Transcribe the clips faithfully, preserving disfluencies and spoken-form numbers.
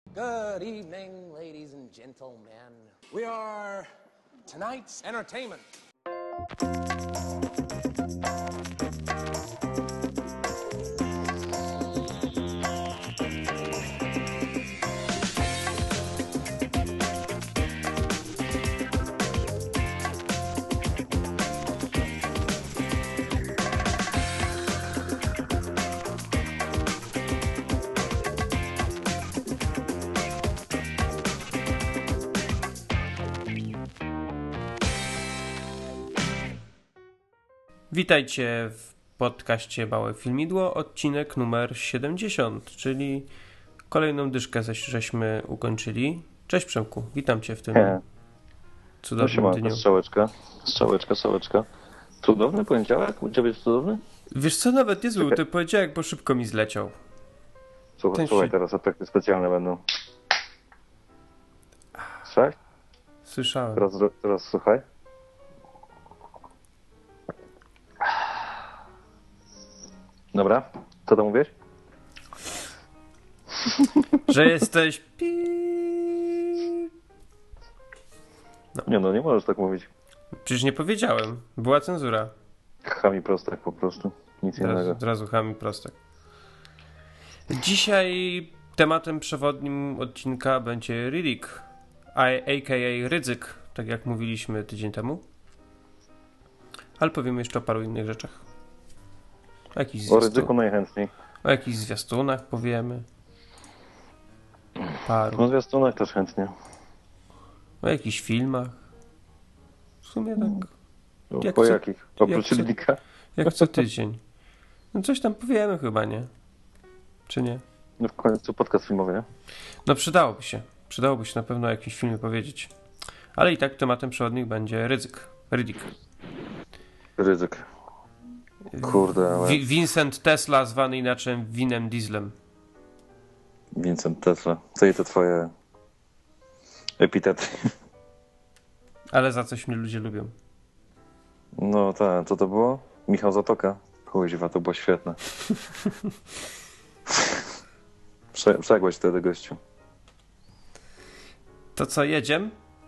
Good evening, ladies and gentlemen. We are tonight's entertainment. Witajcie w podcaście Małe Filmidło, odcinek numer siedemdziesiąt, czyli kolejną dyszkę zaś żeśmy ukończyli. Cześć Przemku, witam Cię w tym He. cudownym no dniu. Strzałeczka, strzałeczka, strzałeczka. Cudowny poniedziałek? Będzie być cudowny? Wiesz co, nawet nie był, to poniedziałek, bo szybko mi zleciał. Słuchaj, Ten słuchaj się- teraz efekty specjalne będą. Słyszałeś? Słyszałem. Teraz, teraz słuchaj. Dobra, co tam mówisz? Że jesteś pi... Nie no, nie możesz tak mówić. Przecież nie powiedziałem, była cenzura. Chami prostak po prostu, nic Od razu, innego. od razu chami prostek. Dzisiaj tematem przewodnim odcinka będzie Riddick, a k a. Rydzyk, tak jak mówiliśmy tydzień temu. Ale powiemy jeszcze o paru innych rzeczach. O jakichś, O zwiastu... ryzyku najchętniej. o jakichś zwiastunach powiemy. Paru. No zwiastunek też chętnie. O jakichś filmach. W sumie tak No, Jak po co- jakich? Oprócz co- Ryddicka? jak co tydzień. No coś tam powiemy chyba, nie? Czy nie? No w końcu podcast filmowy, nie? No przydałoby się. Przydałoby się na pewno o jakimś filmie powiedzieć. Ale i tak tematem przewodnim będzie Rydzyk. Riddick. Ryzyk. Kurde, ale... Wi- Vincent Tesla, zwany inaczej Winem Dieslem. Vincent Tesla. Co i te twoje epitety? Ale za coś mnie ludzie lubią. No tak, co to było? Michał Zatoka. Kuźwa, to było świetne. Prze- Przegłeś wtedy, gościu. To co, jedziemy?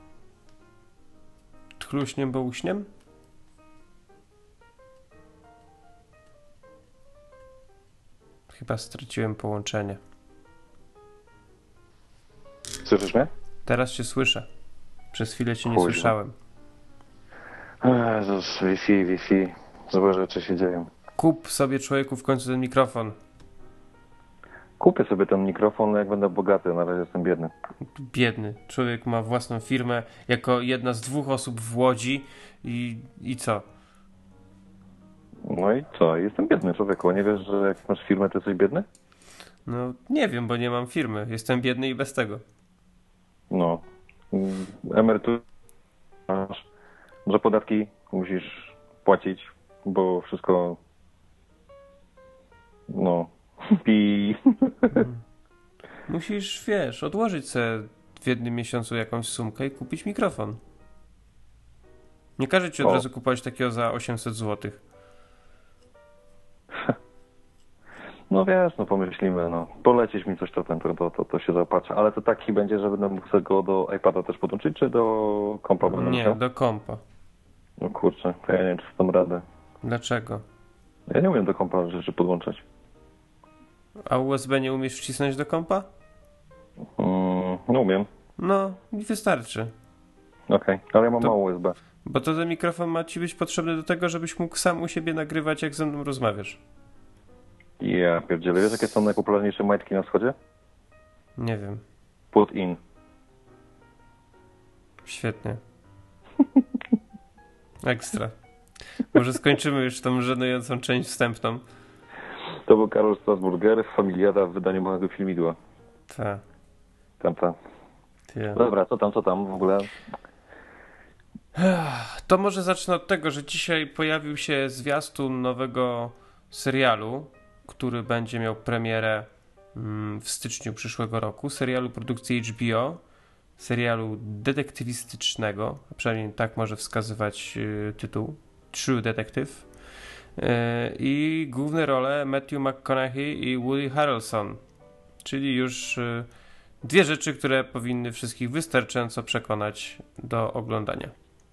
Tchluśniem, bo uśniem? Chyba straciłem połączenie. Słyszysz mnie? Teraz cię słyszę. Przez chwilę cię nie Kuźwa. słyszałem. Jezus, Wi-Fi, Wi-Fi. Złe rzeczy się dzieją. Kup sobie, człowieku, w końcu ten mikrofon. Kupię sobie ten mikrofon, jak będę bogaty. Na razie jestem biedny. Biedny. Człowiek ma własną firmę jako jedna z dwóch osób w Łodzi i, i co? No i co? Jestem biedny, człowieku. Nie wiesz, że jak masz firmę, to jesteś biedny? No nie wiem, bo nie mam firmy. Jestem biedny i bez tego. No. Mm, Emerytur masz. Że podatki musisz płacić, bo wszystko... No... Pi... Musisz, wiesz, odłożyć sobie w jednym miesiącu jakąś sumkę i kupić mikrofon. Nie każe ci od O. razu kupować takiego za osiemset złotych. No wiesz, no pomyślimy, no. Polecisz mi coś, to ten, to, to, to się zaopatrzę. Ale to taki będzie, że będę mógł sobie go do iPada też podłączyć, czy do kompa będę Nie, musiał? do kompa. No kurczę, to ja nie wiem, czy dam radę. Dlaczego? Ja nie umiem do kompa rzeczy podłączać. A U S B nie umiesz wcisnąć do kompa? Mm, no umiem, No, i wystarczy. okej, ale ja mam To- mało U S B. Bo to ten mikrofon ma ci być potrzebny do tego, żebyś mógł sam u siebie nagrywać, jak ze mną rozmawiasz. Ja pierdzielę, wiesz jakie są najpopularniejsze majtki na wschodzie? Nie wiem. Put in. Świetnie. Ekstra. Może skończymy już tą żenującą część wstępną. To był Karol Strasburger, Familiada w wydaniu Małego Filmidła. Tak. Tam, tam. Ty. Dobra, co tam, co tam w ogóle? To może zacznę od tego, że dzisiaj pojawił się zwiastun nowego serialu, który będzie miał premierę mm, w styczniu przyszłego roku. Serialu produkcji H B O. Serialu detektywistycznego, a przynajmniej tak może wskazywać y, tytuł. True Detective. Y, I główne role Matthew McConaughey i Woody Harrelson. Czyli już y, dwie rzeczy, które powinny wszystkich wystarczająco przekonać do oglądania.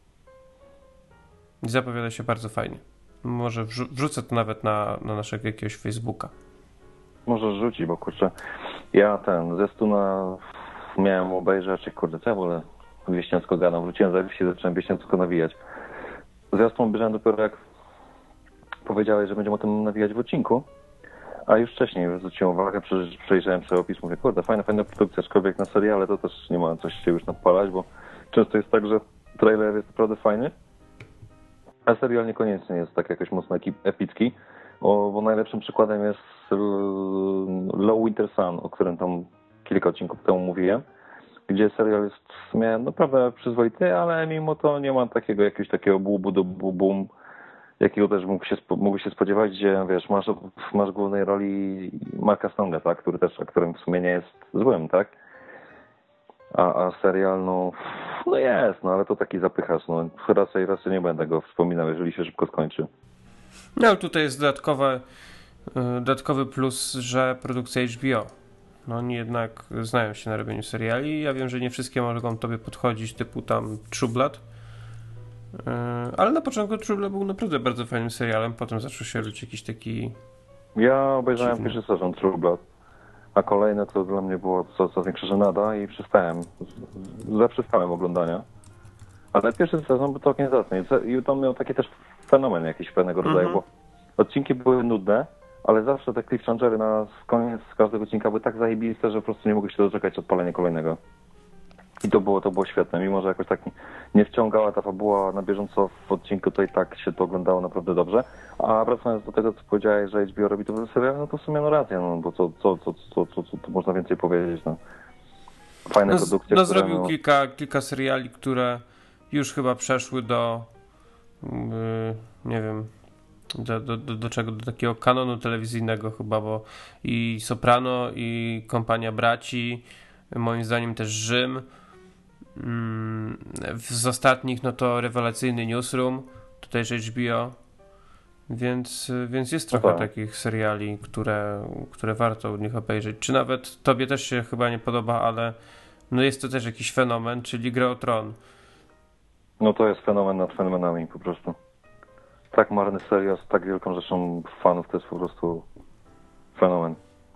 I zapowiada się bardzo fajnie. Może wrzu- wrzucę to nawet na, na naszego jakiegoś Facebooka. Możesz rzucić, bo kurczę, ja ten zwiastuna miałem obejrzeć, kurde, co ja wolę wieśniacko gadam, wróciłem za wsi, zacząłem wieśniacko nawijać. Zwiastun obejrzałem dopiero jak powiedziałeś, że będziemy o tym nawijać w odcinku, a już wcześniej zwróciłem uwagę, przejrzałem sobie opis, mówię, kurde, fajna, fajna produkcja, aczkolwiek na seriale to też nie ma coś się już napalać, bo często jest tak, że trailer jest naprawdę fajny, a serial niekoniecznie jest tak jakoś mocno epicki, bo, bo najlepszym przykładem jest Low Winter Sun, o którym tam kilka odcinków temu mówiłem, gdzie serial jest w sumie naprawdę przyzwoity, ale mimo to nie ma takiego jakiegoś takiego bubu do bum, jakiego też mógł się, mógł się spodziewać, gdzie wiesz, masz, masz w głównej roli Marka Stronga, tak, który też aktorem w sumie nie jest złym, tak? A, a serial, no, no jest, no ale to taki zapychasz, no raczej, raczej nie będę go wspominał, jeżeli się szybko skończy. No ale tutaj jest dodatkowe, dodatkowy plus, że produkcja H B O. No oni jednak znają się na robieniu seriali. Ja wiem, że nie wszystkie mogą tobie podchodzić, typu tam True Blood. Ale na początku True Blood był naprawdę bardzo fajnym serialem, potem zaczął się robić jakiś taki... Ja obejrzałem dziwny. pierwszy sezon True Blood, a kolejne to dla mnie było coraz większa żenada i przestałem, zaprzestałem oglądania. Ale pierwszy sezon był całkiem zacny i tam miał taki też fenomen jakiś pewnego rodzaju, Mhm. bo odcinki były nudne, ale zawsze te cliffhangery na koniec każdego odcinka były tak zajebiste, że po prostu nie mogę się doczekać odpalenia kolejnego. I to było, to było świetne, mimo że jakoś tak nie wciągała ta fabuła na bieżąco w odcinku, to i tak się to oglądało naprawdę dobrze. A wracając do tego, co powiedziałeś, że H B O robi to w serial, no to w sumie no racja, no bo co, co, co, co, co, co, co można więcej powiedzieć, no. Fajne No, produkcje, no które, zrobił no, kilka, kilka seriali, które już chyba przeszły do yy, nie wiem do, do, do, do czego, do takiego kanonu telewizyjnego chyba, bo i Soprano, i Kompania Braci, moim zdaniem też Rzym. Z ostatnich no to rewelacyjny Newsroom, tutaj H B O, więc, więc jest trochę tak. takich seriali, które, które warto u nich obejrzeć. Czy nawet tobie też się chyba nie podoba, ale no jest to też jakiś fenomen, czyli Gra o Tron. no to jest fenomen nad fenomenami po prostu. Tak marny serial z tak wielką rzeszą fanów, to jest po prostu fenomen.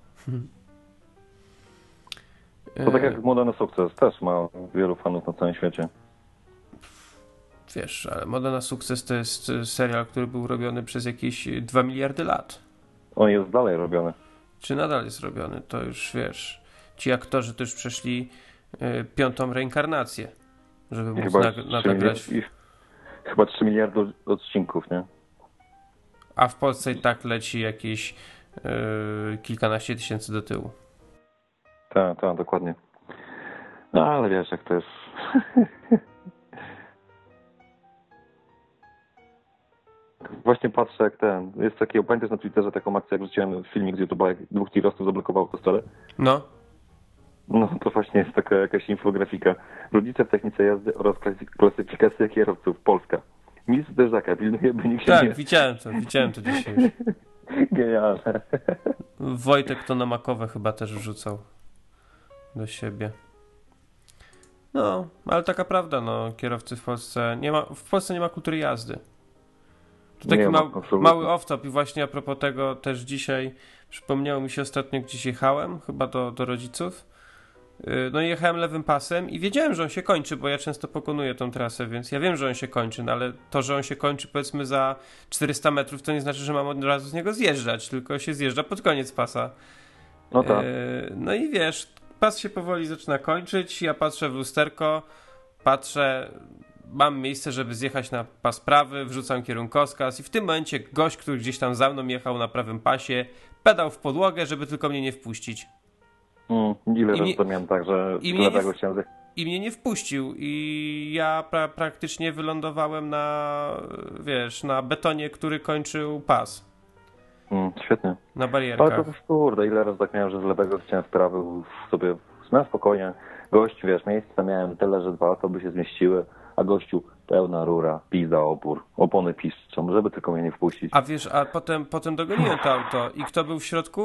To tak jak Moda na sukces, też ma wielu fanów na całym świecie. Wiesz, ale Moda na sukces to jest serial, który był robiony przez jakieś dwa miliardy lat. On jest dalej robiony. Czy nadal jest robiony? To już wiesz, ci aktorzy to już przeszli y, piątą reinkarnację, żeby móc Chyba, na, trzy nagrać. miliardy, chyba trzy miliardy odcinków, nie? A w Polsce i tak leci jakieś y, kilkanaście tysięcy do tyłu. Tak, tak, dokładnie. No ale wiesz, jak to jest. Właśnie patrzę, jak ten. Jest taki, pamiętasz na Twitterze taką akcję, jak rzuciłem filmik z YouTube'a, jak dwóch tirowców zablokowało autostradę? No, No to właśnie jest taka jakaś infografika. Rodzice w technice jazdy oraz klasy- klasyfikacja kierowców. Polska. Mistrz zderzaka pilnuje, by nikt się tak, nie... widziałem to, widziałem to dzisiaj już. Genialne. Wojtek to na Makowe chyba też wrzucał do siebie. No, ale taka prawda, no, kierowcy w Polsce nie ma, w Polsce nie ma kultury jazdy. To taki Nie ma, mał, absolutnie. mały off-top i właśnie a propos tego też dzisiaj przypomniało mi się ostatnio, gdzieś jechałem, chyba do, do rodziców. Yy, No i jechałem lewym pasem i wiedziałem, że on się kończy, bo ja często pokonuję tą trasę, więc ja wiem, że on się kończy, no ale to, że on się kończy powiedzmy za czterysta metrów, to nie znaczy, że mam od razu z niego zjeżdżać, tylko się zjeżdża pod koniec pasa. No tak. Yy, No i wiesz, pas się powoli zaczyna kończyć, ja patrzę w lusterko, patrzę, mam miejsce, żeby zjechać na pas prawy, wrzucam kierunkowskaz i w tym momencie gość, który gdzieś tam za mną jechał na prawym pasie, pedał w podłogę, żeby tylko mnie nie wpuścić. Mm, ile I razy mnie- to miałem tak, że i mnie nie lewego w- chciałem zjechać. I mnie nie wpuścił i ja pra- praktycznie wylądowałem na, wiesz, na betonie, który kończył pas, Mm, świetnie. na Ale barierkach. to kurde, ile razy tak miałem, że z lewego chciałem w prawy sobie na spokojnie. Gościu, wiesz, miejsca miałem tyle, że dwa auta by się zmieściły, a gościu pełna rura, pizda, opór, opony piszczą, żeby tylko mnie nie wpuścić. A wiesz, a potem, potem dogoniłem to auto i kto był w środku?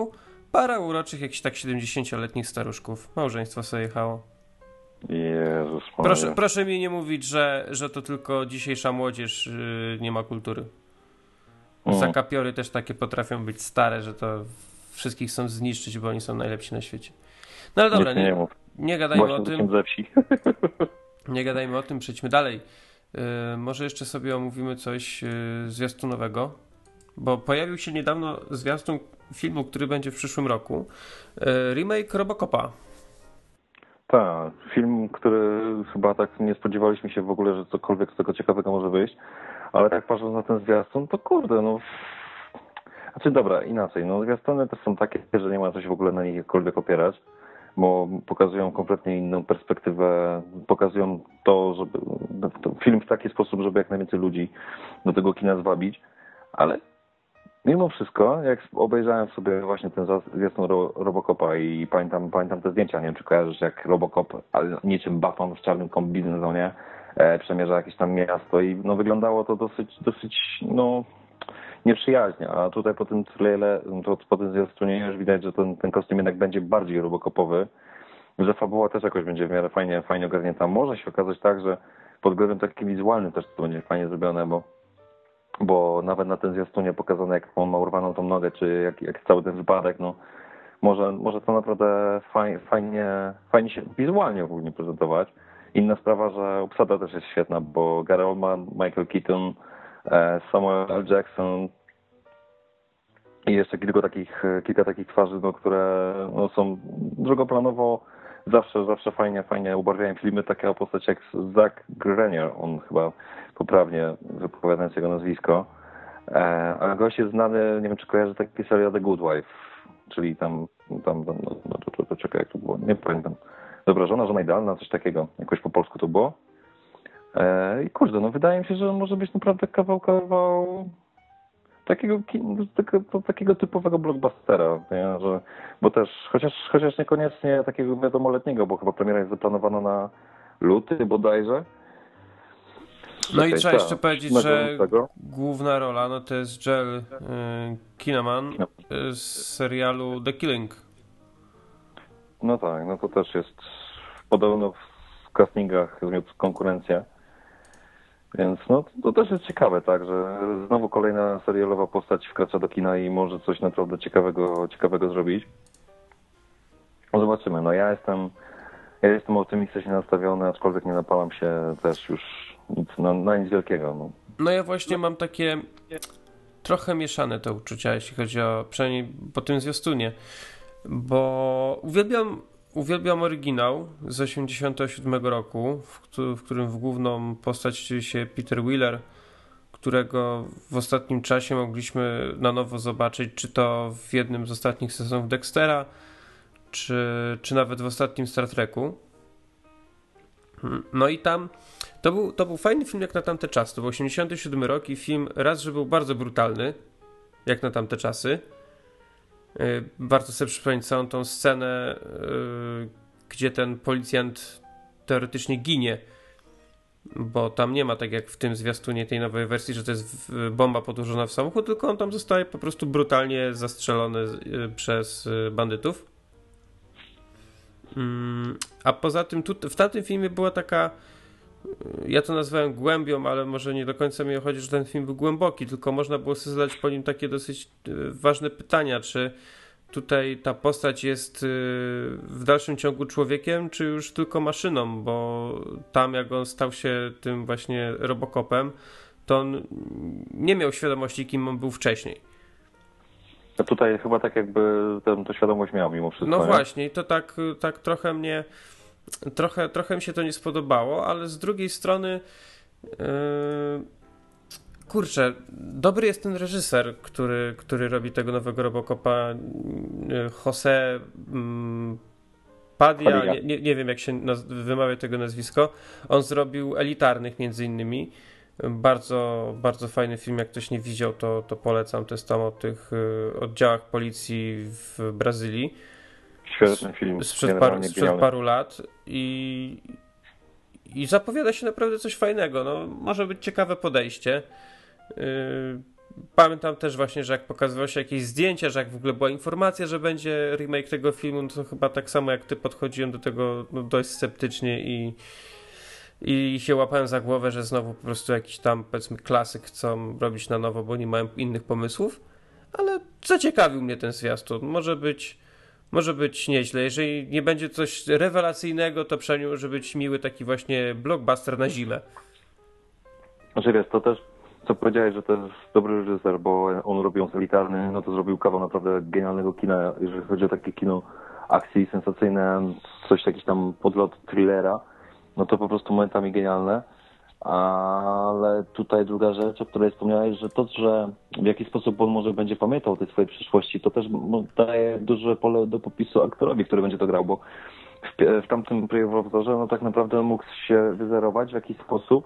para uroczych, jakichś tak siedemdziesięcioletnich staruszków. Małżeństwo sobie jechało. Jezus Maria. Proszę, proszę mi nie mówić, że, że to tylko dzisiejsza młodzież yy, nie ma kultury. Mm. Zakapiory też takie potrafią być stare, że to wszystkich chcą zniszczyć, bo oni są najlepsi na świecie. No ale dobra, Nic mi nie, nie mów. nie gadajmy Właśnie o tym. jestem ze wsi. Nie gadajmy o tym, przejdźmy dalej. Yy, może jeszcze sobie omówimy coś yy, zwiastunowego, bo pojawił się niedawno zwiastun filmu, który będzie w przyszłym roku. Yy, remake Robocopa. Tak, film, który chyba tak nie spodziewaliśmy się w ogóle, że cokolwiek z tego ciekawego może wyjść, ale tak patrząc na ten zwiastun, to kurde, no... Znaczy dobra, inaczej, no zwiastuny też są takie, że nie ma co się w ogóle na nich jakkolwiek opierać, bo pokazują kompletnie inną perspektywę, pokazują to, żeby to film w taki sposób, żeby jak najwięcej ludzi do tego kina zwabić, ale mimo wszystko, jak obejrzałem sobie właśnie ten zwiastun Ro- Robocopa i pamiętam, pamiętam te zdjęcia, nie wiem czy kojarzysz, jak Robocop, ale niczym Batman w czarnym kombinezonie e, przemierza jakieś tam miasto i no wyglądało to dosyć, dosyć, no nieprzyjaźnie, a tutaj po tym trailerze, to po tym zwiastunie już widać, że ten, ten kostium jednak będzie bardziej robocopowy, że fabuła też jakoś będzie w miarę fajnie, fajnie ogarnięta. Może się okazać tak, że pod względem takim wizualnym też to będzie fajnie zrobione, bo, bo nawet na tym zwiastunie pokazane, jak on ma urwaną tą nogę, czy jak, jak cały ten wypadek, no może, może to naprawdę faj, fajnie, fajnie się wizualnie ogólnie prezentować. Inna sprawa, że obsada też jest świetna, bo Gary Oldman, Michael Keaton, Samuel L. Jackson i jeszcze kilka takich, kilka takich twarzy, no, które no, są drugoplanowo zawsze, zawsze fajnie, fajnie ubarwiają filmy. Taka postać jak Zach Grenier, on chyba poprawnie wypowiadając jego nazwisko. A gość jest znany, nie wiem czy kojarzy taki serial The Good Wife, czyli tam, tam, tam no, no to, to, to czekaj jak to było, nie pamiętam. Dobra żona, żona idealna, coś takiego, jakoś po polsku to było. I kurde, no wydaje mi się, że może być naprawdę kawał, kawał takiego, takiego, takiego typowego blockbustera, nie? Że, bo też, chociaż, chociaż niekoniecznie takiego wiadomoletniego, bo chyba premiera jest zaplanowana na luty bodajże. No i Czekaj, trzeba tak, jeszcze powiedzieć, że główna rola no to jest Joel y, Kinnaman y, z serialu The Killing. No tak, no to też jest podobno w castingach zmiótł konkurencja. Więc no to też jest ciekawe, tak, że znowu kolejna serialowa postać wkracza do kina i może coś naprawdę ciekawego, ciekawego zrobić. No zobaczymy. No ja jestem, ja jestem optymistycznie nastawiony, aczkolwiek nie napalam się też już nic, na, na nic wielkiego. No. no ja właśnie mam takie trochę mieszane te uczucia, jeśli chodzi o, przynajmniej po tym zwiastunie, bo uwielbiam Uwielbiam oryginał z osiemdziesiątego siódmego roku, w, któ- w którym w główną postać wcielił się Peter Weller, którego w ostatnim czasie mogliśmy na nowo zobaczyć, czy to w jednym z ostatnich sezonów Dextera, czy, czy nawet w ostatnim Star Treku. No i tam to był, to był fajny film jak na tamte czasy. To był osiemdziesiąty siódmy rok i film raz, że był bardzo brutalny, jak na tamte czasy. Warto sobie przypomnieć całą tą scenę, yy, gdzie ten policjant teoretycznie ginie, bo tam nie ma tak jak w tym zwiastunie tej nowej wersji, że to jest bomba podłożona w samochód, tylko on tam zostaje po prostu brutalnie zastrzelony yy, przez yy, bandytów. Yy, a poza tym tu, w tamtym filmie była taka, yy, ja to nazwałem głębią, ale może nie do końca mi chodzi, że ten film był głęboki, tylko można było sobie zadać po nim takie dosyć yy, ważne pytania, czy tutaj ta postać jest w dalszym ciągu człowiekiem, czy już tylko maszyną, bo tam jak on stał się tym właśnie Robocopem, to on nie miał świadomości, kim on był wcześniej. A tutaj chyba tak jakby tę, tę świadomość miał mimo wszystko. No nie? właśnie, i to tak, tak trochę mnie, trochę, trochę mi się to nie spodobało, ale z drugiej strony yy, kurczę, dobry jest ten reżyser, który, który robi tego nowego Robocopa, Jose Padilla, nie, nie, nie wiem jak się naz- wymawia tego nazwisko. On zrobił Elitarnych między innymi. Bardzo, bardzo fajny film, jak ktoś nie widział, to, to polecam. To jest tam o tych oddziałach policji w Brazylii. Świetny film. Sprzed paru, sprzed paru lat i, i zapowiada się naprawdę coś fajnego. No, może być ciekawe podejście. Pamiętam też właśnie, że jak pokazywało się jakieś zdjęcia, że jak w ogóle była informacja, że będzie remake tego filmu, no to chyba tak samo jak ty podchodziłem do tego no, dość sceptycznie i, i się łapałem za głowę, że znowu po prostu jakiś tam powiedzmy klasyk chcą robić na nowo, bo nie mają innych pomysłów, ale zaciekawił mnie ten zwiastun. Może być, może być nieźle. Jeżeli nie będzie coś rewelacyjnego, to przynajmniej może być miły taki właśnie blockbuster na zimę. Znaczy wiesz, to też, co powiedziałeś, że to jest dobry reżyser, bo on robił Elitarny, no to zrobił kawał naprawdę genialnego kina, jeżeli chodzi o takie kino akcji sensacyjne, coś jakiś tam podlot thrillera, no to po prostu momentami genialne. Ale tutaj druga rzecz, o której wspomniałeś, że to, że w jaki sposób on może będzie pamiętał o tej swojej przyszłości, to też daje duże pole do popisu aktorowi, który będzie to grał, bo w, w tamtym Prejewowzorze no tak naprawdę mógł się wyzerować w jakiś sposób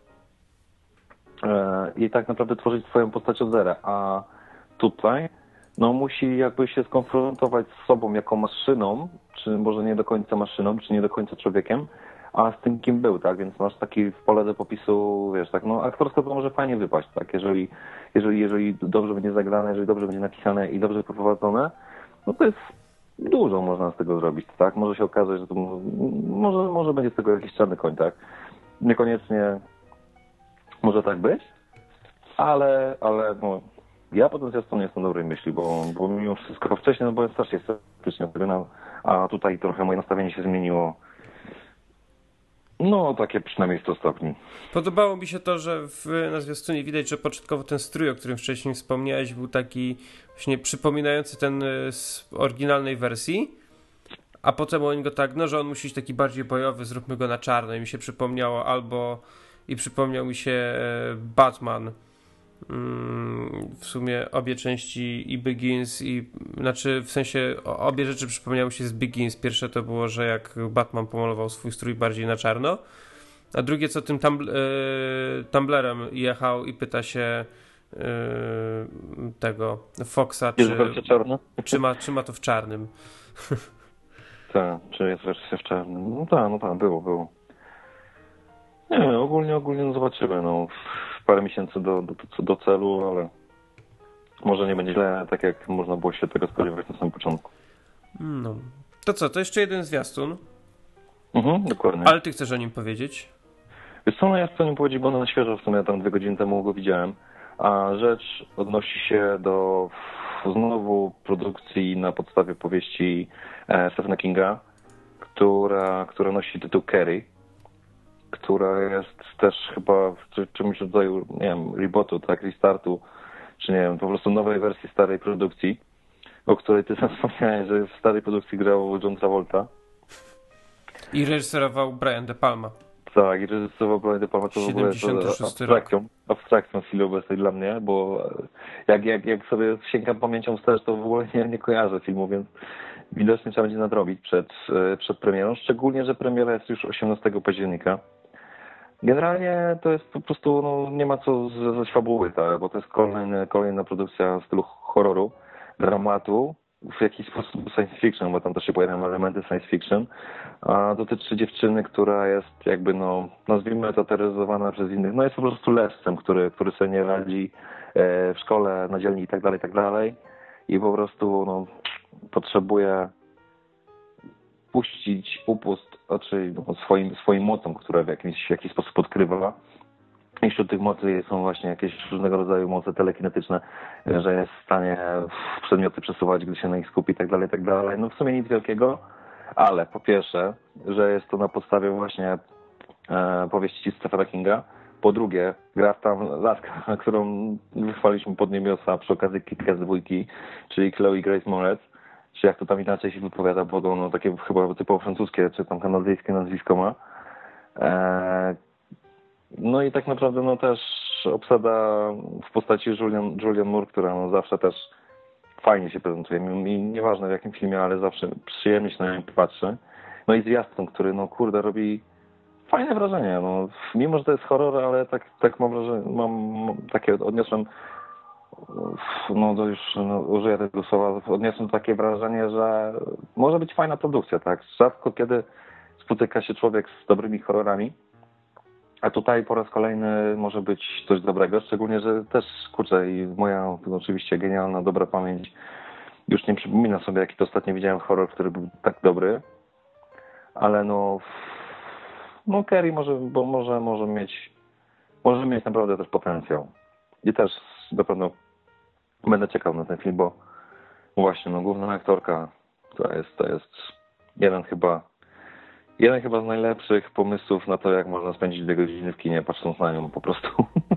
i tak naprawdę tworzyć swoją postać od zera, a tutaj no musi jakby się skonfrontować z sobą jako maszyną, czy może nie do końca maszyną, czy nie do końca człowiekiem, a z tym kim był, tak, więc masz taki pole do popisu, wiesz, tak, no aktorsko to może fajnie wypaść, tak, jeżeli, jeżeli, jeżeli dobrze będzie zagrane, jeżeli dobrze będzie napisane i dobrze poprowadzone, no to jest dużo można z tego zrobić, tak, może się okazać, że to może, może będzie z tego jakiś czarny koń, tak, niekoniecznie może tak być, ale, ale no, ja potem zwiastun nie jestem dobrej myśli, bo, bo mimo wszystko wcześniej no byłem strasznie sceptycznie odgrynał, a tutaj trochę moje nastawienie się zmieniło. No, takie przynajmniej sto stopni. Podobało mi się to, że w, na zwiastunie widać, że początkowo ten strój, o którym wcześniej wspomniałeś, był taki właśnie przypominający ten z oryginalnej wersji, a potem oni go tak, no, że on musi być taki bardziej bojowy, zróbmy go na czarno i mi się przypomniało albo i przypomniał mi się Batman, w sumie obie części i Begins i, znaczy w sensie obie rzeczy przypomniały się z Begins. Pierwsze to było, że jak Batman pomalował swój strój bardziej na czarno, a drugie co tym tumbl- yy, Tumblerem jechał i pyta się yy, tego Foxa, czy, czy, ma, czy ma to w czarnym. Tak, czy jest wersja w czarnym. No tak, no tak, było, było. Nie wiem, ogólnie, ogólnie no zobaczymy, no parę miesięcy do, do, do celu, ale może nie będzie źle, tak jak można było się tego spodziewać na samym początku. No. To co, to jeszcze jeden zwiastun. Mhm, dokładnie. Ale ty chcesz o nim powiedzieć? Wiesz co, no ja chcę o nim powiedzieć, bo na świeżo w sumie tam dwie godziny temu go widziałem, a rzecz odnosi się do znowu produkcji na podstawie powieści e, Stephena Kinga, która, która nosi tytuł Carrie, która jest też chyba w czymś rodzaju, nie wiem, rebootu, tak, restartu, czy nie wiem, po prostu nowej wersji starej produkcji, o której ty sam wspomniałeś, że w starej produkcji grał John Travolta. I reżyserował Brian De Palma. Tak, i reżyserował Brian De Palma, to w ogóle jest abstrakcją, abstrakcją w chwili obecnej dla mnie, bo jak, jak, jak sobie sięgam pamięcią wstecz, to w ogóle nie, nie kojarzę filmu, więc widocznie trzeba będzie nadrobić przed, przed premierą, szczególnie, że premiera jest już osiemnastego października. Generalnie to jest po prostu, no, nie ma co zwać fabuły, tak, bo to jest kolejny, kolejna produkcja w stylu horroru, dramatu, w jakiś sposób science fiction, bo tam też się pojawiają elementy science fiction, a dotyczy dziewczyny, która jest jakby, no, nazwijmy to terroryzowana przez innych, no jest po prostu leszczem, który, który sobie nie radzi w szkole, na dzielni i tak dalej, i tak dalej i po prostu, no, potrzebuje puścić upust znaczy, no, swoim, swoim mocom, które w jakiś, w jakiś sposób odkrywa. I wśród tych mocy są właśnie jakieś różnego rodzaju moce telekinetyczne, że jest w stanie przedmioty przesuwać, gdy się na nich skupi i tak dalej, i tak dalej. No w sumie nic wielkiego, ale po pierwsze, że jest to na podstawie właśnie e, powieści Stephena Kinga. Po drugie, gra tam laska, którą wychwaliśmy pod niebiosa przy okazji Kick-Ass dwójki, czyli Chloe Grace Moretz, czy jak to tam inaczej się wypowiada, bo to no, takie chyba typowo francuskie, czy tam kanadyjskie nazwisko ma. E, no i tak naprawdę no też obsada w postaci Julian, Julian Moore, która no, zawsze też fajnie się prezentuje i nieważne w jakim filmie, ale zawsze przyjemnie się na nią patrzy. No i zwiastun, który no kurde robi fajne wrażenie. No, mimo, że to jest horror, ale tak, tak mam wrażenie, mam takie, odniosłem no to już no, użyję tego słowa, odniosłem takie wrażenie, że może być fajna produkcja, tak? Rzadko kiedy spotyka się człowiek z dobrymi horrorami, A tutaj po raz kolejny może być coś dobrego, szczególnie, że też, kurczę, i moja oczywiście genialna, dobra pamięć już nie przypomina sobie, jaki to ostatnio widziałem horror, który był tak dobry, ale no, no Carrie może, bo może, może mieć, może mieć naprawdę też potencjał. I też na pewno będę czekał na ten film, bo właśnie, no główna aktorka to jest, to jest jeden chyba Jeden chyba z najlepszych pomysłów na to, jak można spędzić dwie godziny w kinie, patrząc na nią po prostu.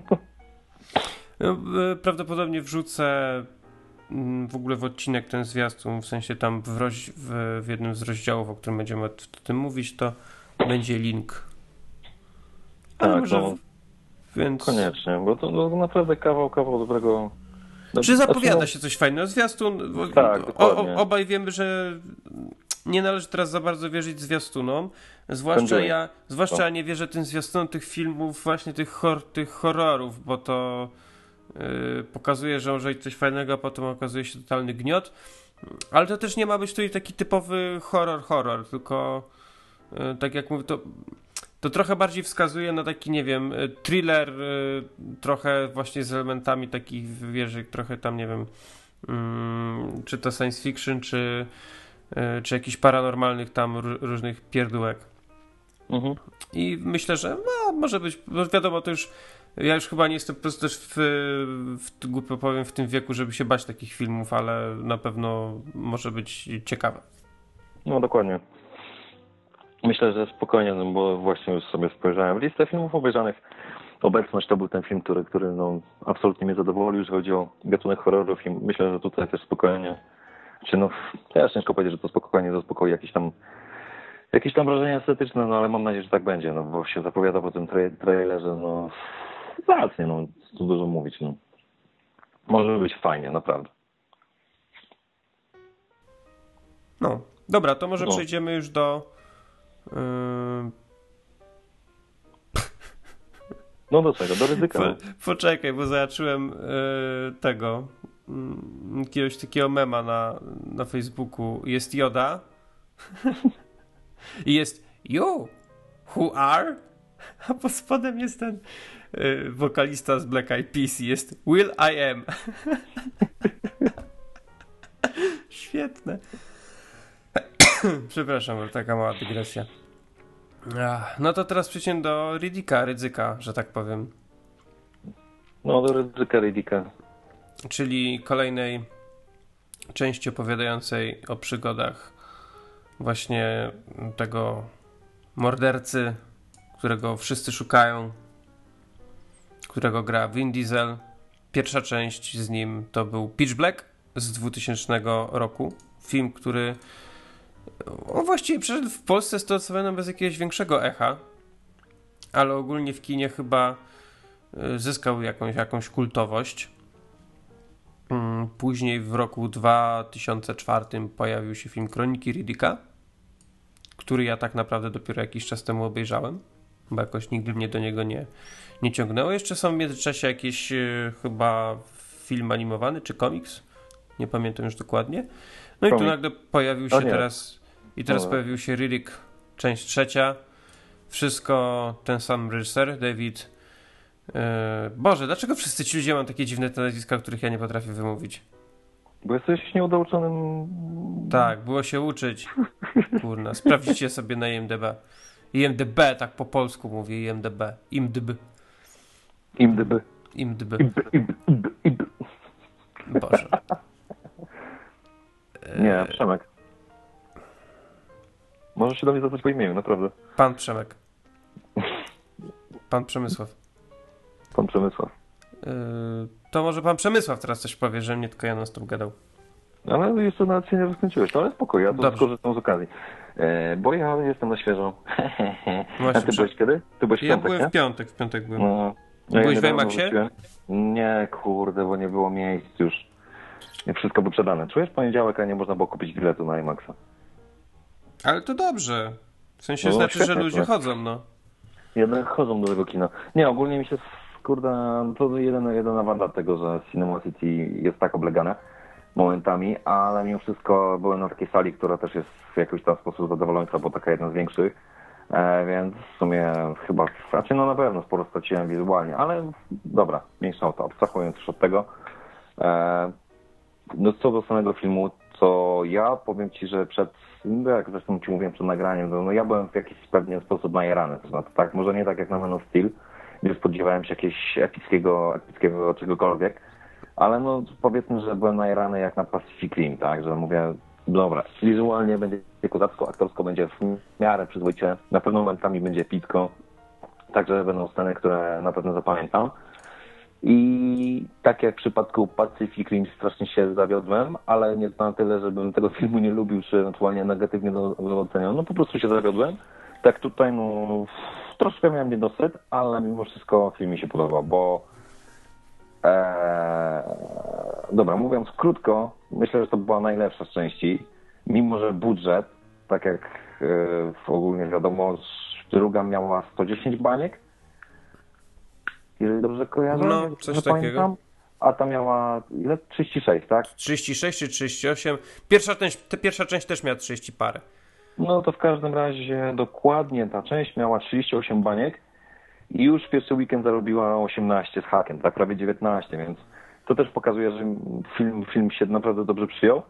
Prawdopodobnie wrzucę w ogóle w odcinek ten zwiastun, w sensie tam w, roz... w, w jednym z rozdziałów, o którym będziemy o tym mówić, to będzie link. Ale tak, może... no, Więc... koniecznie, bo to, to naprawdę kawał, kawał dobrego... Czy zapowiada znaczy, się coś fajnego? Zwiastun, tak, o, o, obaj wiemy, że nie należy teraz za bardzo wierzyć zwiastunom, zwłaszcza ja, zwłaszcza ja nie wierzę tym zwiastunom tych filmów, właśnie tych, hor, tych horrorów, bo to yy, pokazuje, że może być coś fajnego, a potem okazuje się totalny gniot, ale to też nie ma być tutaj taki typowy horror, horror, tylko yy, tak jak mówię, to To trochę bardziej wskazuje na taki, nie wiem, thriller, trochę właśnie z elementami takich, wiesz, trochę tam, nie wiem, um, czy to science fiction, czy, czy jakichś paranormalnych tam różnych pierdółek. Mhm. I myślę, że no, może być, bo wiadomo, to już, ja już chyba nie jestem po prostu też w, w, głupio powiem, w tym wieku, żeby się bać takich filmów, ale na pewno może być ciekawe. No dokładnie. Myślę, że spokojnie, no bo właśnie już sobie spojrzałem w listę filmów obejrzanych. Obecność to był ten film, który, który no, absolutnie mnie zadowolił, jeżeli chodzi o gatunek horrorów i myślę, że tutaj też spokojnie, czy no, ja ciężko powiedzieć, że to spokojnie zaspokoi jakieś tam jakieś tam wrażenia estetyczne, no ale mam nadzieję, że tak będzie, no bo się zapowiada po tym tra- trailerze, no zacnie, no tu dużo mówić, no. Może być fajnie, naprawdę. No, dobra, to może no. przejdziemy już do No do czego? Do ryzyka. Po, poczekaj, bo zobaczyłem yy, tego yy, jakiegoś takiego mema na, na Facebooku. Jest Yoda i jest you, who are? A pod spodem jest ten yy, wokalista z Black Eyed Peas i jest Will I Am. Świetne. Przepraszam, ale taka mała dygresja. No to teraz przejdziemy do Riddicka, Rydzyka, że tak powiem. No do Rydzyka, Riddicka. Czyli kolejnej części opowiadającej o przygodach właśnie tego mordercy, którego wszyscy szukają, którego gra Vin Diesel. Pierwsza część z nim to był Pitch Black z dwutysięcznego roku. Film, który on właściwie przeszedł w Polsce stosowano bez jakiegoś większego echa, ale ogólnie w kinie chyba zyskał jakąś, jakąś kultowość. Później w roku dwa tysiące czwartym pojawił się film Kroniki Riddicka, który ja tak naprawdę dopiero jakiś czas temu obejrzałem, bo jakoś nigdy mnie do niego nie, nie ciągnęło. Jeszcze są w międzyczasie jakieś chyba film animowany czy komiks, nie pamiętam już dokładnie. No i tu nagle pojawił się teraz i teraz no. pojawił się Riddick, część trzecia. Wszystko ten sam reżyser, David. Yy, Boże, dlaczego wszyscy ci ludzie mają takie dziwne te nazwiska, których ja nie potrafię wymówić? Bo jesteś nieudouczonym... Tak, było się uczyć. Kurna, sprawdźcie sobie na I M D B. I M D B, tak po polsku mówię, I M D B. I M D B. I M D B. I M D B. I M D B. Boże. Nie, Przemek. Możesz się do mnie zwracać po imieniu, naprawdę. Pan Przemek. Pan Przemysław. Pan Przemysław. Yy, to może pan Przemysław teraz coś powie, że mnie tylko ja z tym gadał. Ale jeszcze nawet się nie rozkręciłeś, ale spokojnie, ja to Dobrze. skorzystam z okazji. E, bo ja jestem na świeżo. Właśnie, A ty byłeś kiedy? Ty byłeś w ja piątek, byłem nie? w piątek, w piątek byłem. No, byłeś ja w IMAXie? Nie, kurde, bo nie było miejsc już. Nie wszystko wyprzedane. Czujesz, poniedziałek, a nie można było kupić biletu na IMAXa. Ale to dobrze. W sensie No, znaczy, że ludzie tak. chodzą, no. Jednak chodzą do tego kina. Nie, ogólnie mi się, kurde, to jeden, jedyna wada tego, że Cinema City jest tak oblegane momentami, ale mimo wszystko byłem na takiej sali, która też jest w jakiś tam sposób zadowolająca, bo taka jedna z większych. E, więc w sumie chyba, znaczy no na pewno sporo straciłem wizualnie, ale dobra, mniejsza o to, abstrahując już od tego. E, no co do samego filmu, to ja powiem Ci, że przed, no jak zresztą Ci mówiłem przed nagraniem, no, no ja byłem w jakiś pewien sposób najarany, to znaczy tak, może nie tak jak na Man of Steel, gdzie spodziewałem się jakiegoś epickiego, epickiego czegokolwiek, ale no powiedzmy, że byłem najarany jak na Pacific Rim, tak, że mówię, dobra, wizualnie będzie kozacko, aktorsko będzie w miarę przyzwoicie, na pewno momentami będzie epicko, także będą sceny, które na pewno zapamiętam. I tak jak w przypadku Pacific Rim strasznie się zawiodłem, ale nie na tyle, żebym tego filmu nie lubił, czy ewentualnie negatywnie go oceniał. No po prostu się zawiodłem. Tak tutaj no troszkę miałem niedosyt, ale mimo wszystko film mi się podobał, bo ee, dobra, mówiąc krótko, myślę, że to była najlepsza z części. Mimo że budżet, tak jak e, ogólnie wiadomo, druga miała sto dziesięć baniek, jeżeli dobrze kojarzę, No, coś że takiego. pamiętam. A ta miała ile? trzydzieści sześć, tak? trzydzieści sześć czy trzydzieści osiem. Pierwsza część, ta pierwsza część też miała trzydzieści parę. No to w każdym razie dokładnie ta część miała trzydzieści osiem baniek i już w pierwszy weekend zarobiła osiemnaście z hakiem, tak prawie dziewiętnaście, więc to też pokazuje, że film, film się naprawdę dobrze przyjął.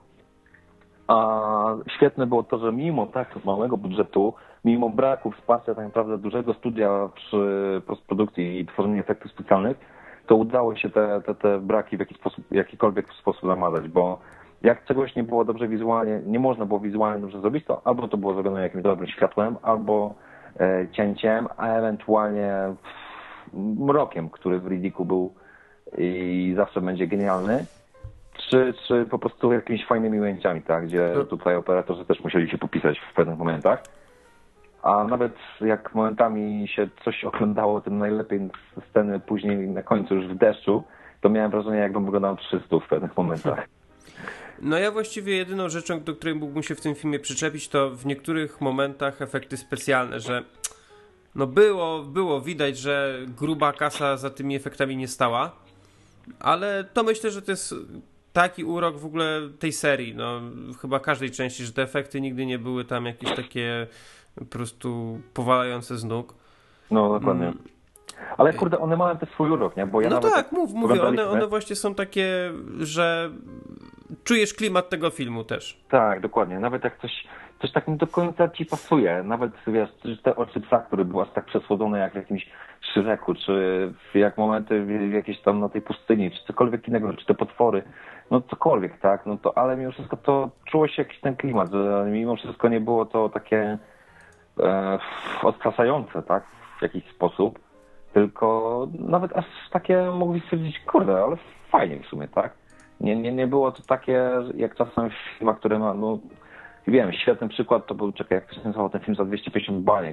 A świetne było to, że mimo tak małego budżetu, mimo braku wsparcia tak naprawdę dużego studia przy postprodukcji i tworzeniu efektów specjalnych, to udało się te, te, te braki w jakiś sposób, w jakikolwiek sposób zamazać, bo jak czegoś nie było dobrze wizualnie, nie można było wizualnie dobrze zrobić, to albo to było zrobione jakimś dobrym światłem, albo e, cięciem, a ewentualnie mrokiem, który w Riddicku był i zawsze będzie genialny. Czy, czy po prostu jakimiś fajnymi ujęciami, tak? Gdzie tutaj operatorzy też musieli się popisać w pewnych momentach. A nawet jak momentami się coś oglądało, tym najlepiej sceny później na końcu już w deszczu, to miałem wrażenie, jakbym wyglądał trzysta w pewnych momentach. No ja właściwie jedyną rzeczą, do której mógłbym się w tym filmie przyczepić, to w niektórych momentach efekty specjalne, że no było, było widać, że gruba kasa za tymi efektami nie stała, ale to myślę, że to jest taki urok w ogóle tej serii, no chyba każdej części, że te efekty nigdy nie były tam jakieś takie po prostu powalające z nóg. No dokładnie. Mm. Ale kurde, one mają też swój urok, nie? Bo ja no nawet tak, mów, mówię, one, one właśnie są takie, że czujesz klimat tego filmu też. Tak, dokładnie. Nawet jak coś, coś tak nie do końca ci pasuje, nawet wiesz, te oczy psa, które były aż tak przesłodzone jak w jakimś Shreku, czy jak momenty w jakiejś tam na tej pustyni, czy cokolwiek innego, czy te potwory, no cokolwiek, tak, no to, ale mimo wszystko to czuło się jakiś ten klimat, że mimo wszystko nie było to takie e, odstraszające, tak, w jakiś sposób, tylko nawet aż takie mogli stwierdzić, kurde, ale fajnie w sumie, tak. Nie, nie, nie było to takie, jak czasem w filmach, które ma, no wiem, świetny przykład to był, czekaj, jak się nazywał ten film za dwieście pięćdziesiąt baniek.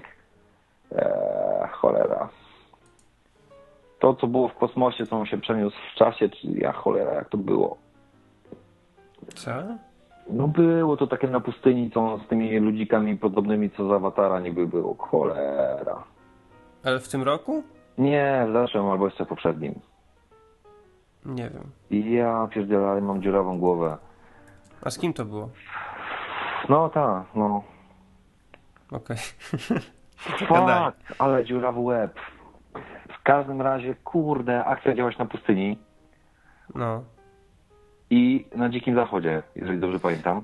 Eee, cholera. To, co było w kosmosie, co on się przeniósł w czasie, czy ja cholera, jak to było? Co? No było to takie na pustyni, co z tymi ludzikami podobnymi, co z Awatara niby było. Cholera. Ale w tym roku? Nie, w zeszłym albo jeszcze poprzednim. Nie wiem. Ja pierdzielę, ale mam dziurawą głowę. A z kim to było? No tak, no. Okej. Okay. Ale dziurawy łeb. W każdym razie, kurde, akcja działać na pustyni. No. I na Dzikim Zachodzie, jeżeli dobrze pamiętam.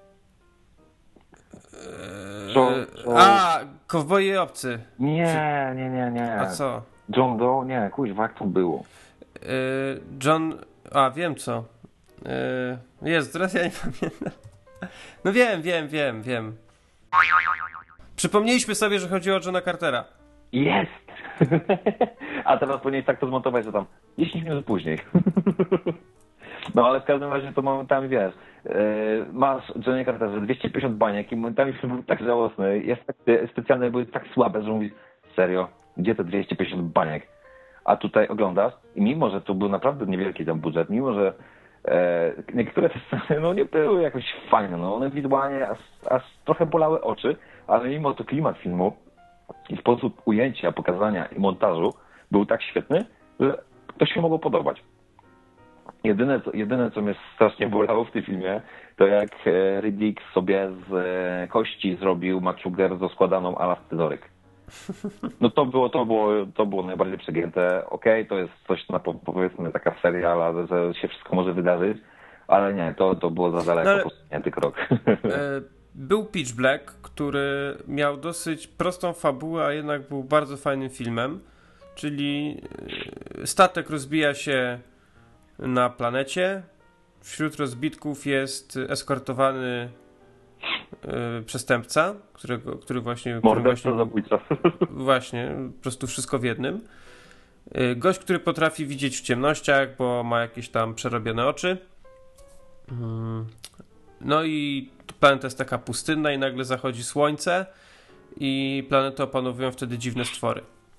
Eee, Co, co? A, Kowboje obcy. Nie, nie, nie, nie. A co? John Doe? Nie, kuźwa, jak to było? Eee, John... A, wiem co. Eee, jest, teraz ja nie pamiętam. No wiem, wiem, wiem, wiem. Przypomnieliśmy sobie, że chodziło o Johna Cartera. Jest! A teraz powinieneś tak to zmontować, że tam dziesięć minut później. No ale w każdym razie to momentami, wiesz, yy, masz Johnny Carterze dwieście pięćdziesiąt baniek i momentami film był tak żałosny, jest tak, specjalne były tak słabe, że mówisz, serio, gdzie te dwieście pięćdziesiąt baniek? A tutaj oglądasz i mimo, że to był naprawdę niewielki tam budżet, mimo, że e, niektóre te sceny no, nie były jakoś fajne, no one wizualnie aż, aż trochę bolały oczy, ale mimo to klimat filmu i sposób ujęcia, pokazania i montażu był tak świetny, że to się mogło podobać. Jedyne co, jedyne, co mnie strasznie bolało w tym filmie, to jak Riddick sobie z kości zrobił maczuger z rozkładaną ala scyzoryk. No to było, to było, to było najbardziej przegięte. Okej, okay, to jest coś, na, powiedzmy, taka serial, ale że się wszystko może wydarzyć, ale nie, to, to było za daleko, No ale... po prostu nie, ty krok. Był Pitch Black, który miał dosyć prostą fabułę, a jednak był bardzo fajnym filmem, czyli statek rozbija się na planecie, wśród rozbitków jest eskortowany yy, przestępca, którego, który właśnie... Morderca, który zabójca. Właśnie, po prostu wszystko w jednym. Yy, gość, który potrafi widzieć w ciemnościach, bo ma jakieś tam przerobione oczy. Yy. No i planeta jest taka pustynna i nagle zachodzi słońce i planetę opanowują wtedy dziwne stwory.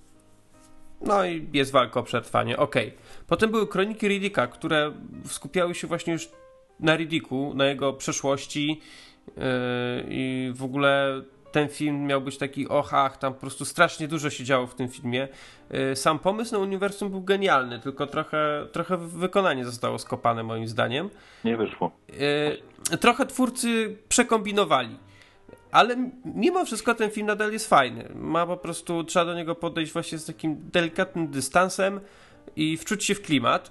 No i jest walka o przetrwanie, okej. Okay. Potem były Kroniki Riddicka, które skupiały się właśnie już na Riddicku, na jego przeszłości yy, i w ogóle ten film miał być taki och, ach, tam po prostu strasznie dużo się działo w tym filmie. Yy, sam pomysł na uniwersum był genialny, tylko trochę, trochę wykonanie zostało skopane moim zdaniem. Nie wyszło. Yy, trochę twórcy przekombinowali. Ale mimo wszystko ten film nadal jest fajny. Ma po prostu, trzeba do niego podejść właśnie z takim delikatnym dystansem i wczuć się w klimat.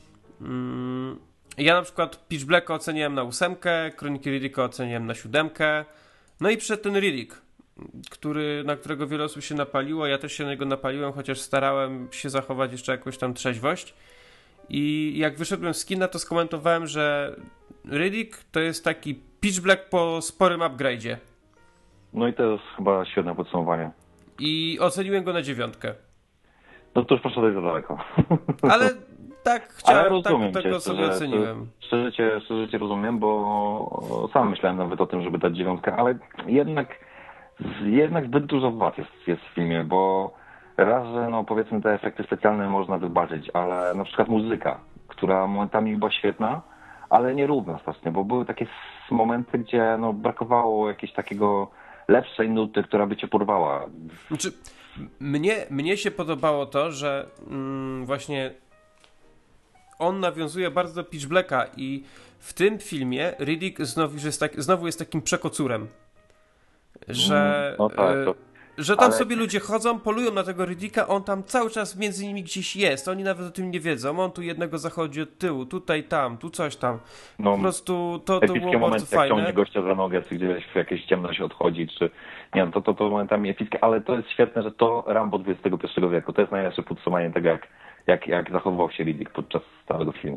Ja na przykład Pitch Blacka oceniłem na ósemkę, Kroniki Riddicka oceniłem na siódemkę. No i przyszedł ten Riddick, który, na którego wiele osób się napaliło. Ja też się na niego napaliłem, chociaż starałem się zachować jeszcze jakąś tam trzeźwość. I jak wyszedłem z kina, to skomentowałem, że Riddick to jest taki Pitch Black po sporym upgrade'zie. No i to jest chyba świetne podsumowanie. I oceniłem go na dziewiątkę. No to już poszedłeś za daleko. Ale tak chciałem, Ale rozumiem tak, cię, tak sobie szczerze, oceniłem. Szczerze cię, szczerze cię rozumiem, bo sam myślałem nawet o tym, żeby dać dziewiątkę, ale jednak, jednak zbyt dużo wad jest, jest w filmie, bo raz, że no powiedzmy te efekty specjalne można wybaczyć, ale na przykład muzyka, która momentami była świetna, ale nierówna strasznie, bo były takie momenty, gdzie no brakowało jakiegoś takiego lepszej nuty, która by cię porwała. Znaczy, mnie, mnie się podobało to, że mm, właśnie on nawiązuje bardzo do Pitch Blacka i w tym filmie Riddick znowu jest, tak, znowu jest takim przekocurem. Że, no tak, to... że tam ale... sobie ludzie chodzą, polują na tego Riddicka, on tam cały czas między nimi gdzieś jest, oni nawet o tym nie wiedzą, on tu jednego zachodzi od tyłu, tutaj, tam, tu coś tam. No, po prostu to, to było momenty, bardzo fajne. Jak ciągnie gościa za nogę, czy gdzieś w jakieś ciemność odchodzi, czy nie, no, to, to, to momentami epickie, ale to jest świetne, że to Rambo dwudziestego pierwszego wieku, to jest najlepsze podsumowanie tego, jak, jak, jak zachowywał się Riddick podczas całego filmu.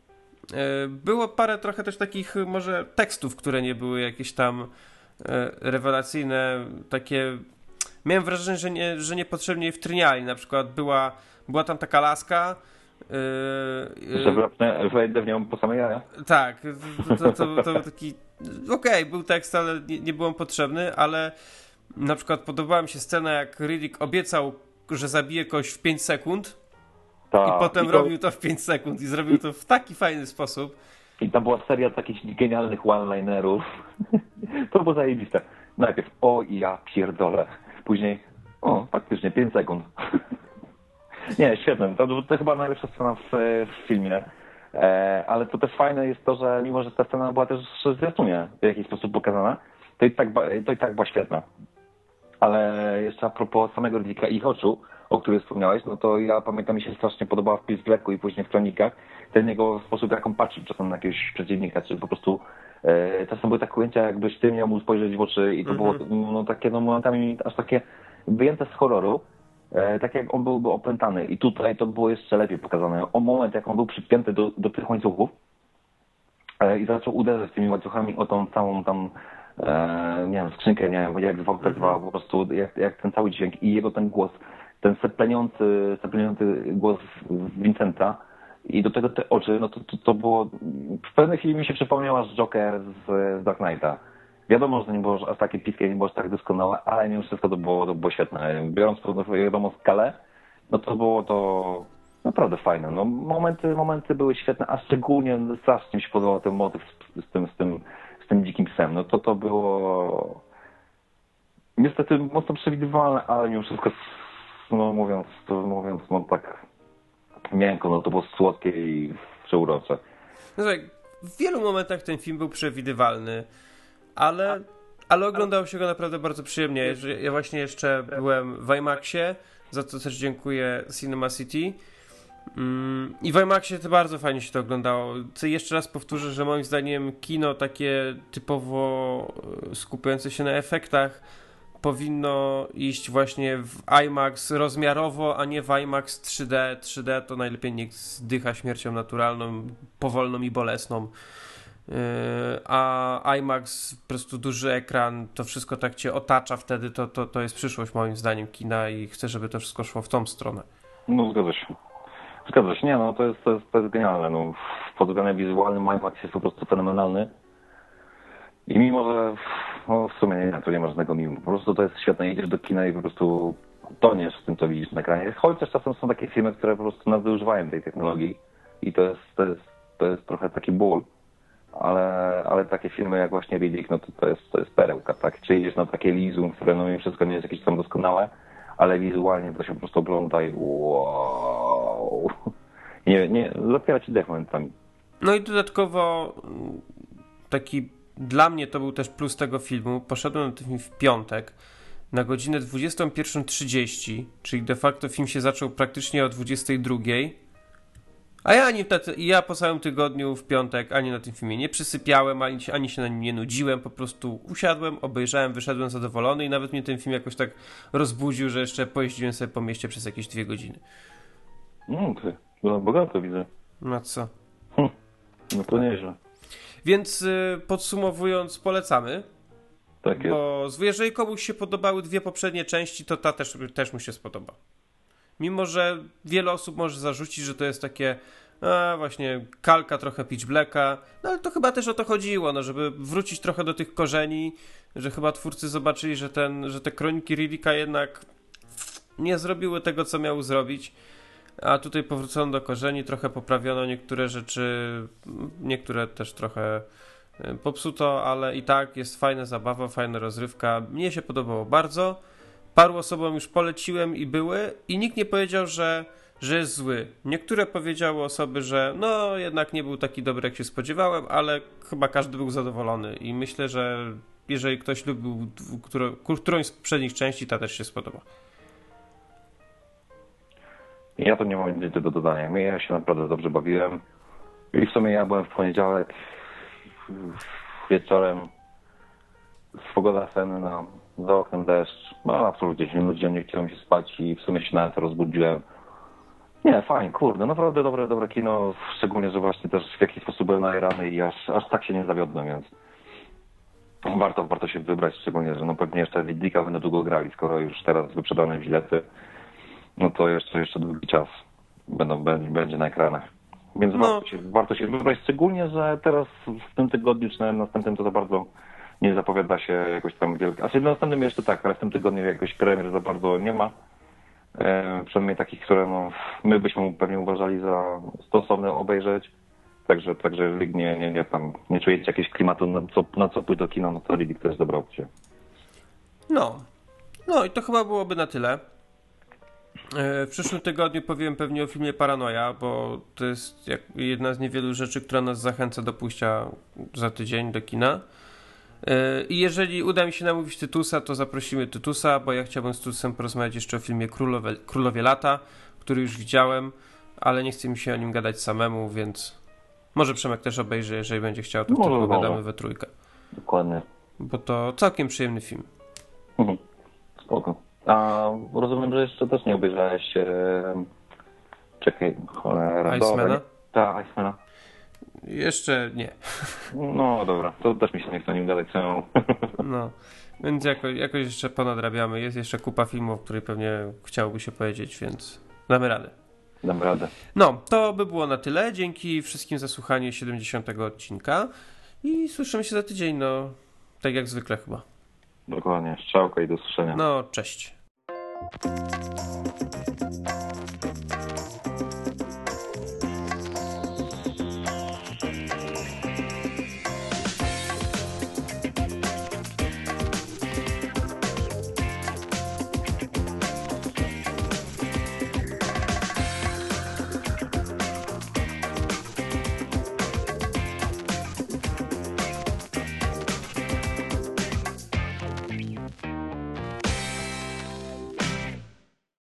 Było parę trochę też takich może tekstów, które nie były jakieś tam rewelacyjne, takie... Miałem wrażenie, że, nie, że niepotrzebnie je wtryniali. Na przykład była, była tam taka laska. Yy, że wejdę w nią po samej jaja? Tak. To, to, to, to taki... Okej, okay, był tekst, ale nie, nie był on potrzebny, ale na przykład podobała mi się scena, jak Riddick obiecał, że zabije kogoś w pięć sekund Ta, i potem i to... robił to w pięć sekund i zrobił to w taki fajny sposób. I tam była seria takich genialnych one-linerów. To było zajebiste. Najpierw, o ja pierdolę. Później, o, faktycznie, pięć sekund. Nie, świetne. To, to chyba najlepsza scena w, w filmie. E, ale to też fajne jest to, że mimo, że ta scena była też w zwiastunie w jakiś sposób pokazana, to i tak, to i tak była świetna. Ale jeszcze a propos samego Riddicka i ich oczu, o których wspomniałeś, no to ja pamiętam, mi się strasznie podobała w Pitch Blacku i później w Kronikach ten jego sposób, jak on patrzył czasem na jakiegoś przeciwnika, czy po prostu e, czasem były takie ujęcia, jakbyś ty miał mu spojrzeć w oczy i to mm-hmm. było no, takie no, momentami aż takie wyjęte z horroru, e, tak jak on byłby opętany i tutaj to było jeszcze lepiej pokazane. O moment, jak on był przypięty do, do tych łańcuchów e, i zaczął uderzać tymi łańcuchami o tą całą tam e, nie wiem, skrzynkę, nie wiem, jak zwał, mm-hmm. po prostu, jak, jak ten cały dźwięk i jego ten głos, ten sepleniący, sepleniący głos Vincenta i do tego te oczy, no to, to, to było... W pewnej chwili mi się przypomniała z Joker z, z Dark Knighta. Wiadomo, że nie było aż takie piskie, nie było aż tak doskonałe, ale mimo wszystko to było, to było świetne. Biorąc pod uwagę, wiadomo, skalę, no to było to naprawdę fajne. No, momenty, momenty były świetne, a szczególnie strasznie mi się podobał ten motyw z, z, tym, z, tym, z tym dzikim psem. No to to było niestety mocno przewidywalne, ale mimo wszystko, no mówiąc, to, mówiąc no tak miękko, no to było słodkie i przeurocze. No tak, w wielu momentach ten film był przewidywalny, ale, ale oglądało się go naprawdę bardzo przyjemnie. Że Ja właśnie jeszcze byłem w IMAXie, za co też dziękuję Cinema City. Mm, I w IMAXie to bardzo fajnie się to oglądało. Co jeszcze raz powtórzę, że moim zdaniem kino takie typowo e, skupiające się na efektach powinno iść właśnie w IMAX rozmiarowo, a nie w IMAX trzy D. trzy D to najlepiej niech zdycha śmiercią naturalną, powolną i bolesną. Yy, a IMAX, po prostu duży ekran, to wszystko tak cię otacza wtedy, to, to, to jest przyszłość moim zdaniem kina i chcę, żeby to wszystko szło w tą stronę. No zgadza się. Zgadza się, nie no, to jest, to jest, to jest genialne. No, pod względem wizualnym IMAX jest po prostu fenomenalny. I mimo, że no, w sumie nie, to nie ma żadnego mimo. Po prostu to jest świetne. Idziesz do kina i po prostu toniesz w tym, co widzisz na ekranie. Choć też czasem są takie filmy, które po prostu nadużywają tej technologii i to jest, to jest, to jest trochę taki ból. Ale, ale takie filmy jak właśnie Riddick, no to, to, jest, to jest perełka, tak? Czy idziesz na takie Lizum, które no mimo wszystko nie jest jakieś tam doskonałe, ale wizualnie to się po prostu ogląda i wow. Nie, nie, zapiera ci dech momentami. No i dodatkowo taki dla mnie to był też plus tego filmu. Poszedłem na ten film w piątek na godzinę dwudziestą pierwszą trzydzieści, czyli de facto film się zaczął praktycznie o dwudziestej drugiej. A ja, ani te, ja po całym tygodniu w piątek ani na tym filmie nie przysypiałem, ani, ani się na nim nie nudziłem, po prostu usiadłem, obejrzałem, wyszedłem zadowolony i nawet mnie ten film jakoś tak rozbudził, że jeszcze pojeździłem sobie po mieście przez jakieś dwie godziny. No ty, no, bogato widzę. No co? Hm, no to nieźle. Więc y, podsumowując, polecamy. Tak jest. Bo jeżeli komuś się podobały dwie poprzednie części, to ta też, też mu się spodoba. Mimo, że wiele osób może zarzucić, że to jest takie a właśnie kalka trochę Pitch Blacka, no ale to chyba też o to chodziło, no, żeby wrócić trochę do tych korzeni, że chyba twórcy zobaczyli, że, ten, że te kroniki Riddicka jednak nie zrobiły tego, co miały zrobić, a tutaj powrócono do korzeni, trochę poprawiono niektóre rzeczy, niektóre też trochę popsuto, ale i tak jest fajna zabawa, fajna rozrywka. Mnie się podobało bardzo. Paru osobom już poleciłem i były i nikt nie powiedział, że, że jest zły. Niektóre powiedziały osoby, że no jednak nie był taki dobry, jak się spodziewałem, ale chyba każdy był zadowolony i myślę, że jeżeli ktoś lubił którą, którąś z poprzednich części, ta też się spodoba. Ja to nie mam nic do dodania. Ja się naprawdę dobrze bawiłem i w sumie ja byłem w poniedziałek wieczorem, pogoda senna, za oknem deszcz, no absolutnie się nie nudziłem, nie chciałem się spać i w sumie się nawet rozbudziłem. Nie, fajnie, kurde, naprawdę dobre, dobre kino, szczególnie, że właśnie też w jakiś sposób byłem najerany i aż, aż tak się nie zawiodłem, więc warto, warto się wybrać, szczególnie, że no pewnie jeszcze Riddicka będą długo grali, skoro już teraz wyprzedane bilety, no to jeszcze, jeszcze długi czas będą, będzie, będzie na ekranach. Więc no. warto, się, warto się wybrać, szczególnie, że teraz w tym tygodniu czy na następnym to za bardzo nie zapowiada się jakoś tam wielkie. A w następnym jeszcze tak, ale w tym tygodniu jakoś premier za bardzo nie ma. E, przynajmniej takich, które no, my byśmy pewnie uważali za stosowne obejrzeć. Także, także jeżeli nie, nie, nie, tam, nie czujecie jakiegoś klimatu na co, na co pójść do kina, no to Riddick to jest dobra opcja. No. No i to chyba byłoby na tyle. W przyszłym tygodniu powiem pewnie o filmie Paranoja, bo to jest jak jedna z niewielu rzeczy, która nas zachęca do pójścia za tydzień do kina. I jeżeli uda mi się namówić Tytusa, to zaprosimy Tytusa, bo ja chciałbym z Tytusem porozmawiać jeszcze o filmie Królowie, Królowie Lata, który już widziałem, ale nie chce mi się o nim gadać samemu, więc może Przemek też obejrzy, jeżeli będzie chciał, to może, wtedy pogadamy może. we trójkę. Dokładnie. Bo to całkiem przyjemny film. Mhm. Spoko. A rozumiem, że jeszcze też nie obejrzałeś e... czekaj, cholera. Icemana? Tak, Icemana. Jeszcze nie. No dobra, to też mi się nie chce o nim gadać samemu. No, więc jako, jakoś jeszcze ponadrabiamy. Jest jeszcze kupa filmów, o której pewnie chciałoby się powiedzieć, więc damy radę. Dam radę. No, to by było na tyle. Dzięki wszystkim za słuchanie siedemdziesiątego odcinka i słyszymy się za tydzień, no, tak jak zwykle chyba. Dokładnie, strzałka i do usłyszenia. No, cześć.